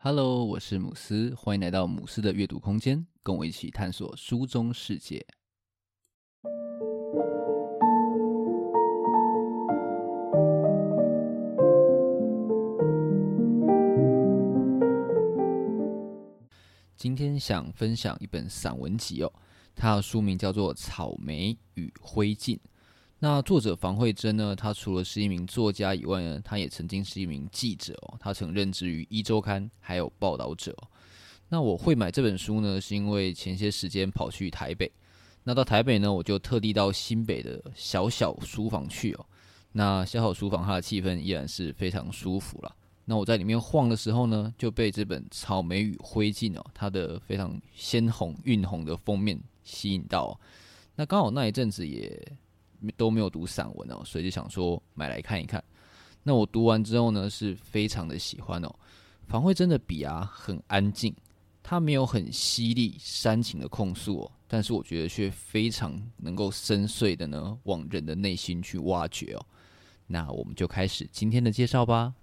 Hello，我是姆斯，欢迎来到姆斯的阅读空间，跟我一起探索书中世界。今天想分享一本散文集它的书名叫做《草莓与灰烬》。那作者房慧珍呢，他除了是一名作家以外呢，他也曾经是一名记者他曾任职于《一周刊》还有《报道者》那我会买这本书呢，是因为前些时间跑去台北。那到台北呢，我就特地到新北的小小书房去那小小书房它的气氛依然是非常舒服啦。那我在里面晃的时候呢，就被这本《草莓与灰烬》它的非常鲜红晕红的封面吸引到那刚好那一阵子也都没有读散文所以就想说买来看一看。那我读完之后呢，是非常的喜欢房慧珍的笔很安静，他没有很犀利煽情的控诉但是我觉得却非常能够深邃的呢往人的内心去挖掘那我们就开始今天的介绍吧。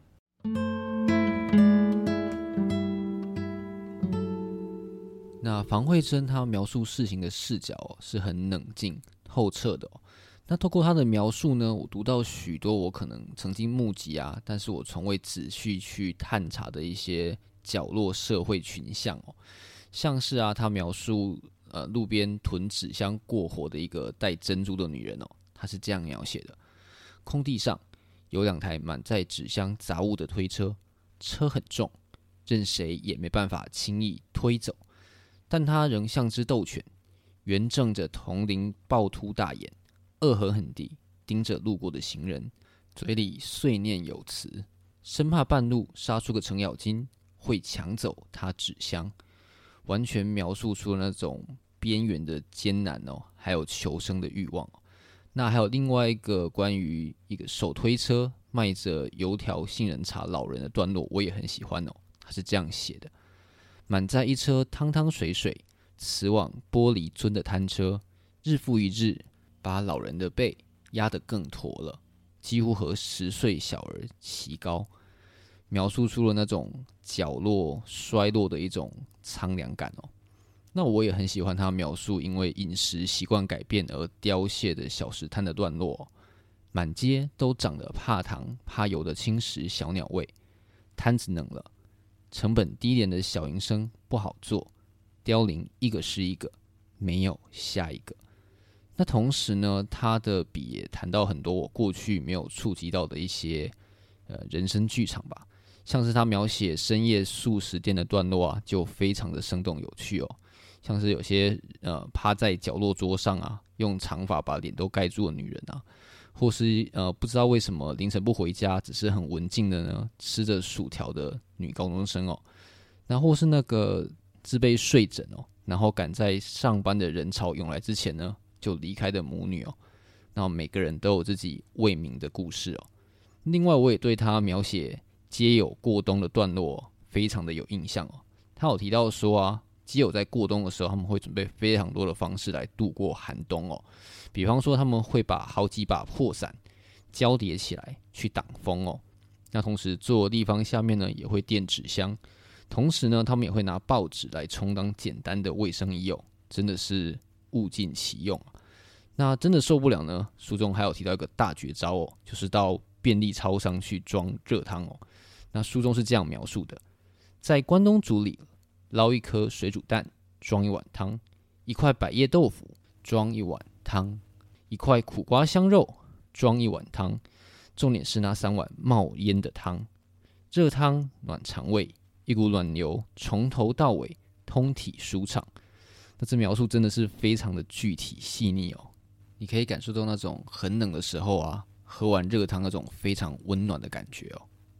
那房慧珍她描述事情的视角是很冷静透彻的那透过她的描述呢，我读到许多我可能曾经目击但是我从未仔细去探查的一些角落社会群像像是她描述路边囤纸箱过活的一个戴珍珠的女人她是这样描写的：空地上有2台满载纸箱杂物的推车，车很重，任谁也没办法轻易推走，但它仍像只斗犬，圆睁着铜铃暴突大眼，恶狠狠地盯着路过的行人，嘴里碎念有词，生怕半路杀出个程咬金会抢走他纸箱，完全描述出了那种边缘的艰难还有求生的欲望那还有另外一个关于一个手推车卖着油条杏仁茶老人的段落，我也很喜欢他是这样写的：满载一车汤汤水水，此往玻璃樽的摊车，日复一日，把老人的背压得更驼了，几乎和10岁小儿齐高，描述出了那种角落衰落的一种苍凉感那我也很喜欢他描述因为饮食习惯改变而凋谢的小食摊的段落满街都长得怕糖怕油的轻食小鸟味，摊子冷了，成本低廉的小营生不好做，凋零一个是一个，没有下一个。那同时呢，他的笔也谈到很多我过去没有触及到的一些人生剧场吧，像是他描写深夜素食店的段落就非常的生动有趣像是有些趴在角落桌上用长发把脸都盖住的女人或是不知道为什么凌晨不回家，只是很文静的呢吃着薯条的女高中生然后或是那个自备睡枕然后赶在上班的人潮涌来之前呢就离开的母女然后每个人都有自己未明的故事另外我也对他描写街友过冬的段落非常的有印象他有提到说街友在过冬的时候，他们会准备非常多的方式来度过寒冬比方说他们会把好几把破伞交叠起来去挡风那同时坐的地方下面呢也会垫纸箱，同时呢他们也会拿报纸来充当简单的卫生衣真的是物尽其用那真的受不了呢，书中还有提到一个大绝招就是到便利超商去装热汤那书中是这样描述的：在关东煮里捞一颗水煮蛋，装一碗汤；一块百叶豆腐，装一碗汤；一块苦瓜香肉，装一碗汤。重点是那3碗冒烟的汤，热汤暖肠胃，一股暖流从头到尾通体舒畅。那这描述真的是非常的具体细腻你可以感受到那种很冷的时候喝完热汤那种非常温暖的感觉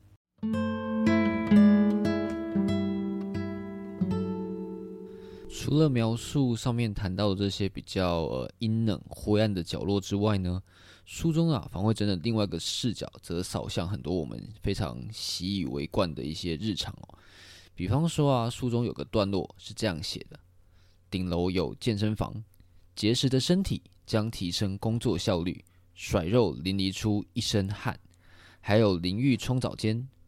除了描述上面谈到的这些比较阴冷灰暗的角落之外呢，书中房慧珍的另外一个视角则扫向很多我们非常习以为惯的一些日常比方说书中有个段落是这样写的：顶楼有健身房，结实的身体将提升工作效率，甩肉淋漓出一身汗，还有淋浴冲澡间，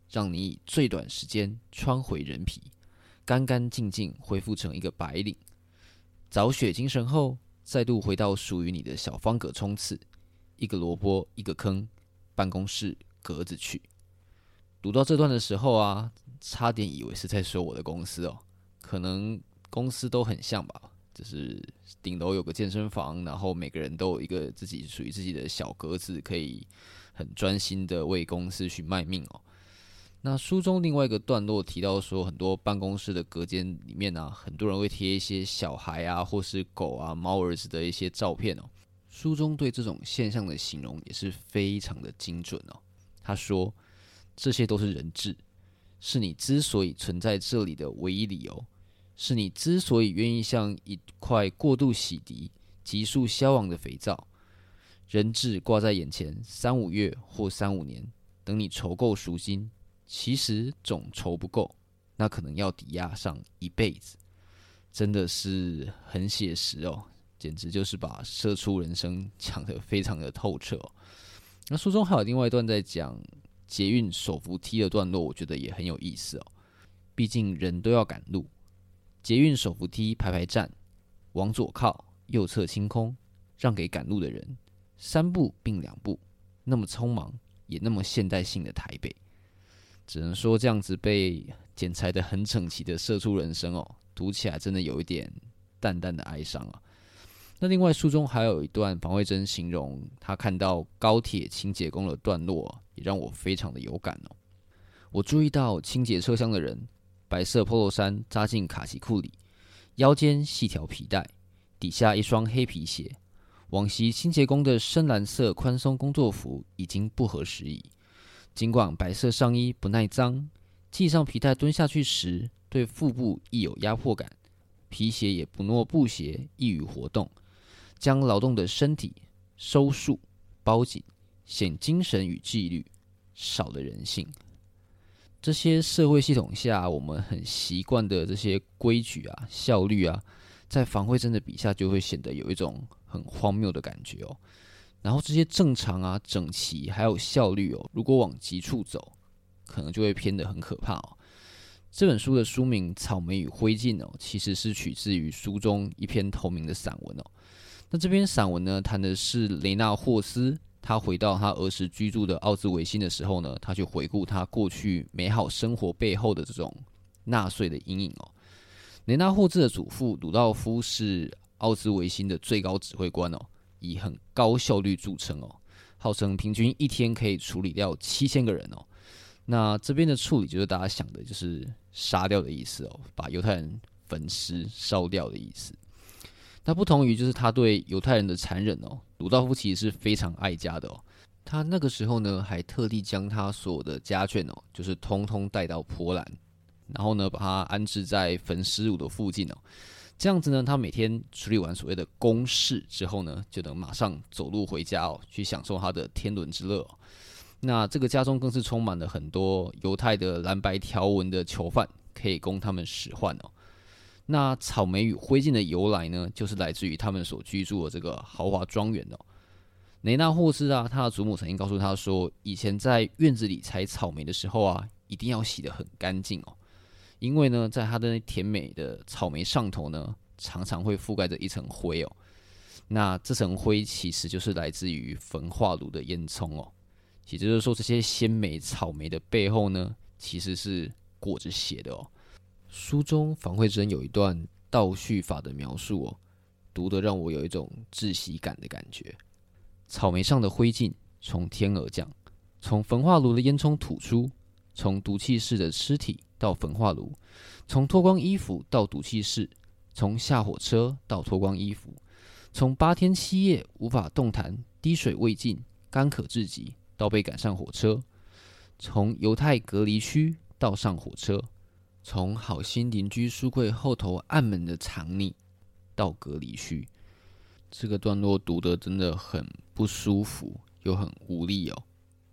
让你以最短时间穿回人皮，干干净净恢复成一个白领。早雪精神后，再度回到属于你的小方格冲刺，一个萝卜一个坑，办公室格子去。读到这段的时候啊，差点以为是在说我的公司哦，可能公司都很像吧，就是顶楼有个健身房，然后每个人都有一个自己属于自己的小格子，可以很专心的为公司去卖命哦。那书中另外一个段落提到说，很多办公室的隔间里面啊，很多人会贴一些小孩啊，或是狗啊、猫儿子的一些照片哦。书中对这种现象的形容也是非常的精准哦。他说，这些都是人质，是你之所以存在这里的唯一理由，是你之所以愿意像一块过度洗涤、急速消亡的肥皂，人质挂在眼前3-5月或3-5年，等你筹够赎金。其实总筹不够，那可能要抵押上一辈子，真的是很写实哦，简直就是把社畜人生讲得非常的透彻哦。那书中还有另外一段在讲捷运手扶梯的段落，我觉得也很有意思哦。毕竟人都要赶路，捷运手扶梯排站，往左靠，右侧清空，让给赶路的人，3步并2步，那么匆忙，也那么现代性的台北。只能说这样子被剪裁得很整齐的社畜人生哦，读起来真的有一点淡淡的哀伤啊。那另外书中还有一段房慧真形容他看到高铁清洁工的段落，也让我非常的有感哦。我注意到清洁车厢的人，白色 polo 衫扎进卡其裤里，腰间系条皮带，底下一双黑皮鞋。往昔清洁工的深蓝色宽松工作服已经不合时宜。尽管白色上衣不耐脏，系上皮带蹲下去时，对腹部亦有压迫感。皮鞋也不若布鞋，易于活动，将劳动的身体收束包紧，显精神与纪律，少了人性。这些社会系统下，我们很习惯的这些规矩啊、效率啊，在房慧真的笔下就会显得有一种很荒谬的感觉哦。然后这些正常啊、整齐还有效率哦，如果往极处走，可能就会偏得很可怕哦。这本书的书名《草莓与灰烬》哦，其实是取自于书中一篇同名的散文哦。那这篇散文呢，谈的是雷纳霍斯，他回到他儿时居住的奥兹维辛的时候呢，他去回顾他过去美好生活背后的这种纳粹的阴影哦。雷纳霍兹的祖父鲁道夫是奥兹维辛的最高指挥官哦。以很高效率著称哦，号称平均一天可以处理掉7000个人哦。那这边的处理就是大家想的，就是杀掉的意思哦，把犹太人焚尸烧掉的意思。那不同于就是他对犹太人的残忍哦，鲁道夫其实是非常爱家的哦。他那个时候呢，还特地将他所有的家眷哦，就是通通带到波兰，然后呢，把他安置在焚尸炉的附近哦。这样子呢，他每天处理完所谓的公事之后呢，就能马上走路回家哦，去享受他的天伦之乐哦。那这个家中更是充满了很多犹太的蓝白条纹的囚犯，可以供他们使唤哦。那草莓与灰烬的由来呢，就是来自于他们所居住的这个豪华庄园哦。雷纳霍斯啊，他的祖母曾经告诉他说，以前在院子里采草莓的时候啊，一定要洗得很干净哦。因为呢，在它的甜美的草莓上头呢，常常会覆盖着一层灰哦。那这层灰其实就是来自于焚化炉的烟囱哦。也就是说，这些鲜美草莓的背后呢，其实是裹着血的哦。书中房慧真有一段倒叙法的描述哦，读得让我有一种窒息感的感觉。草莓上的灰烬从天而降，从焚化炉的烟囱吐出，从毒气室的尸体到焚化炉，从脱光衣服到毒气室，从下火车到脱光衣服，从8天7夜无法动弹、滴水未进、干渴至极到被赶上火车，从犹太隔离区到上火车，从好心邻居书柜后头暗门的藏匿到隔离区。这个段落读得真的很不舒服，又很无力哦。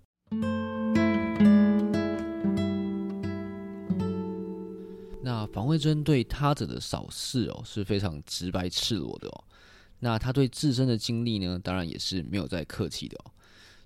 那房慧真对他者的扫视哦是非常直白赤裸的哦。那他对自身的经历呢，当然也是没有在客气的哦。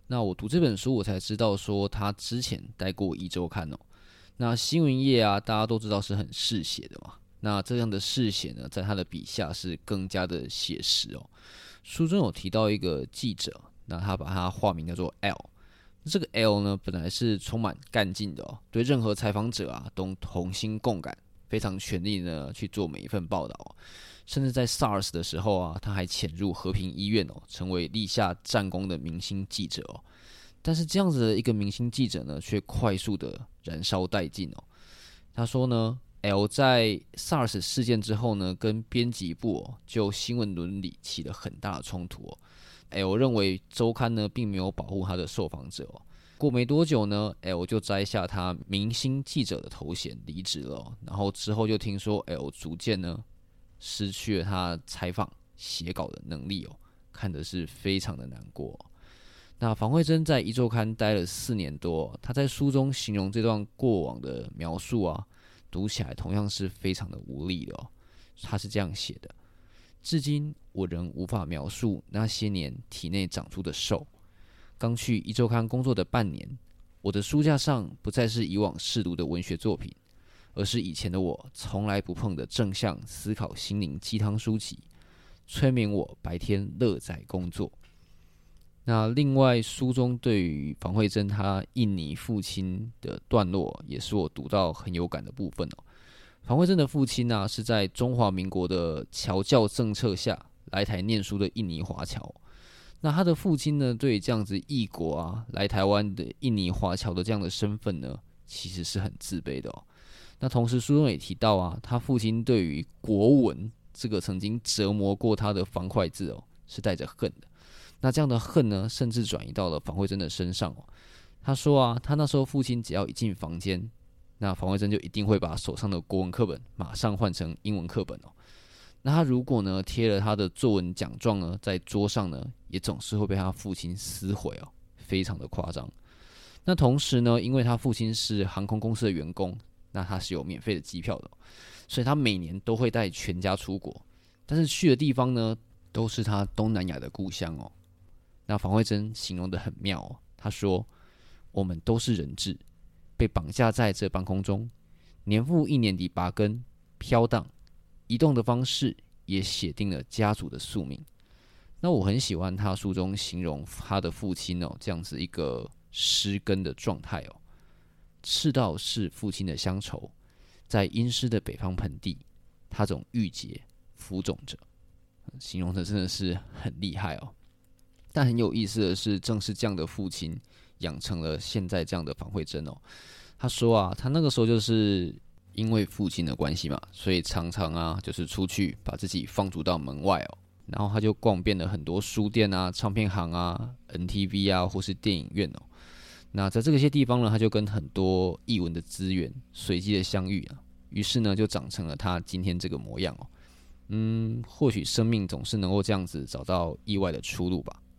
那我读这本书，我才知道说他之前待过《一周刊》哦。那新闻业啊，大家都知道是很嗜血的嘛。那这样的嗜血呢，在他的笔下是更加的写实哦。书中有提到一个记者，那他把他化名叫做 L。这个 L 呢，本来是充满干劲的哦，对任何采访者啊都同心共感，非常全力呢去做每一份报道哦。甚至在 SARS 的时候啊，他还潜入和平医院哦，成为立下战功的明星记者哦。但是这样子的一个明星记者呢，却快速的燃烧殆尽哦。他说呢 ，L 在 SARS 事件之后呢，跟编辑部就新闻伦理起了很大的冲突哦。L 认为周刊呢并没有保护他的受访者哦。过没多久呢 ，L 就摘下他明星记者的头衔离职了哦。然后之后就听说 L 逐渐呢失去了他采访写稿的能力哦，看的是非常的难过哦。那房慧真在《一周刊》待了4年多，他在书中形容这段过往的描述啊，读起来同样是非常的无力的哦。他是这样写的：至今我仍无法描述那些年体内长出的兽。刚去《一周刊》工作的半年，我的书架上不再是以往试读的文学作品，而是以前的我从来不碰的正向思考心灵鸡汤书籍，催眠我白天乐在工作。那另外，书中对于房慧真她印尼父亲的段落，也是我读到很有感的部分哦。房慧真的父亲啊，是在中华民国的侨教政策下来台念书的印尼华侨。那他的父亲呢，对于这样子异国啊来台湾的印尼华侨的这样的身份呢，其实是很自卑的哦。那同时书中也提到啊，他父亲对于国文这个曾经折磨过他的方块字哦，是带着恨的。那这样的恨呢，甚至转移到了房慧真的身上哦。他说啊，他那时候父亲只要一进房间，那房慧真就一定会把手上的国文课本马上换成英文课本哦。那他如果呢贴了他的作文奖状呢在桌上呢，也总是会被他父亲撕毁哦，非常的夸张。那同时呢，因为他父亲是航空公司的员工，那他是有免费的机票的哦，所以他每年都会带全家出国，但是去的地方呢，都是他东南亚的故乡哦。那房慧真形容得很妙哦，他说：“我们都是人质，被绑架在这半空中，年复一年地拔根飘荡，移动的方式也写定了家族的宿命。”那我很喜欢他书中形容他的父亲哦，这样子一个失根的状态哦。赤道是父亲的乡愁，在阴湿的北方盆地，他总郁结浮肿着，形容的真的是很厉害哦。但很有意思的是，正是这样的父亲养成了现在这样的房慧真哦。他说啊，他那个时候就是因为父亲的关系嘛，所以常常啊就是出去把自己放逐到门外哦，然后他就逛遍了很多书店啊、唱片行啊、NTV 啊或是电影院哦。那在这些地方呢，他就跟很多艺文的资源随机的相遇啊，于是呢就长成了他今天这个模样哦。或许生命总是能够这样子找到意外的出路吧。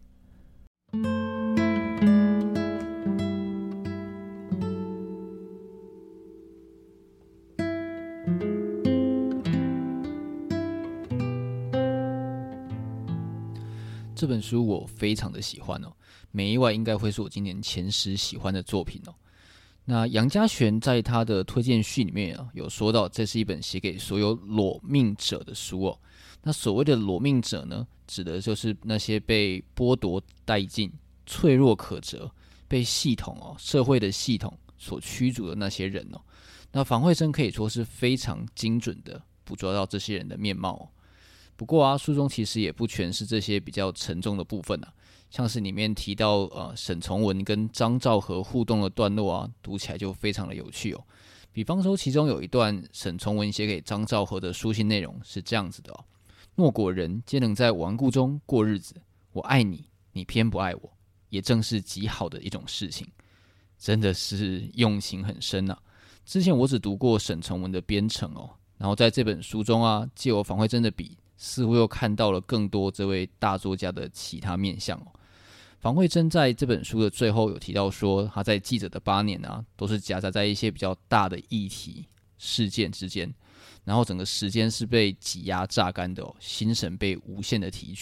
这本书我非常的喜欢哦，没意外应该会是我今年前10喜欢的作品哦。那杨家璇在他的推荐序里面有说到，这是一本写给所有裸命者的书哦。那所谓的裸命者呢，指的就是那些被剥夺殆尽、脆弱可折、被系统社会的系统所驱逐的那些人哦。那房慧真可以说是非常精准的捕捉到这些人的面貌哦。不过啊，书中其实也不全是这些比较沉重的部分啊，像是里面提到沈从文跟张兆和互动的段落啊，读起来就非常的有趣哦。比方说，其中有一段沈从文写给张兆和的书信内容是这样子的哦：诺果人皆能在顽固中过日子，我爱你，你偏不爱我，也正是极好的一种事情。真的是用情很深啊。之前我只读过沈从文的编程哦，然后在这本书中啊，借由房慧真的笔，似乎又看到了更多这位大作家的其他面向哦。房慧真在这本书的最后有提到说，他在记者的8年啊，都是夹杂在一些比较大的议题事件之间，然后整个时间是被挤压榨干的哦，心神被无限的提取。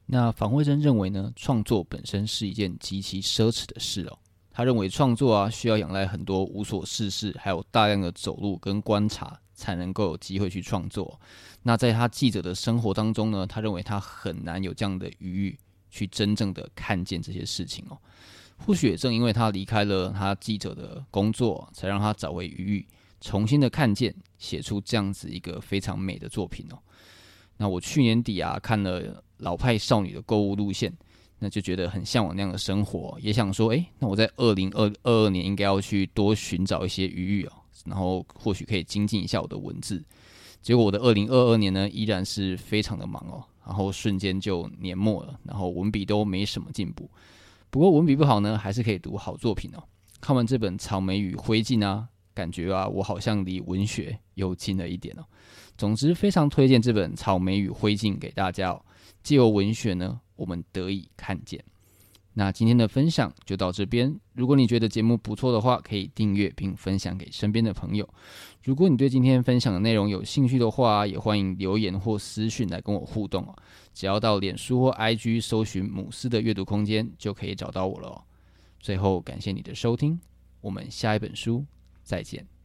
那房慧珍认为呢，创作本身是一件极其奢侈的事哦。他认为创作啊，需要仰赖很多无所事事，还有大量的走路跟观察，才能够有机会去创作。那在他记者的生活当中呢，他认为他很难有这样的余裕去真正的看见这些事情哦。或许也正因为他离开了他记者的工作，才让他找回余裕，重新的看见，写出这样子一个非常美的作品哦。那我去年底啊看了老派少女的购物路线，那就觉得很向往那样的生活，也想说，那我在2022年应该要去多寻找一些余裕哦，然后或许可以精进一下我的文字。结果我的2022年呢，依然是非常的忙哦，然后瞬间就年末了，然后文笔都没什么进步。不过文笔不好呢，还是可以读好作品哦。看完这本《草莓与灰烬》啊，感觉啊，我好像离文学又近了一点哦。总之，非常推荐这本《草莓与灰烬》给大家哦。藉由文学呢，我们得以看见。那今天的分享就到这边。如果你觉得节目不错的话，可以订阅并分享给身边的朋友。如果你对今天分享的内容有兴趣的话，也欢迎留言或私讯来跟我互动哦。只要到脸书或 IG 搜寻姆斯的阅读空间，就可以找到我了哦。最后，感谢你的收听，我们下一本书再见。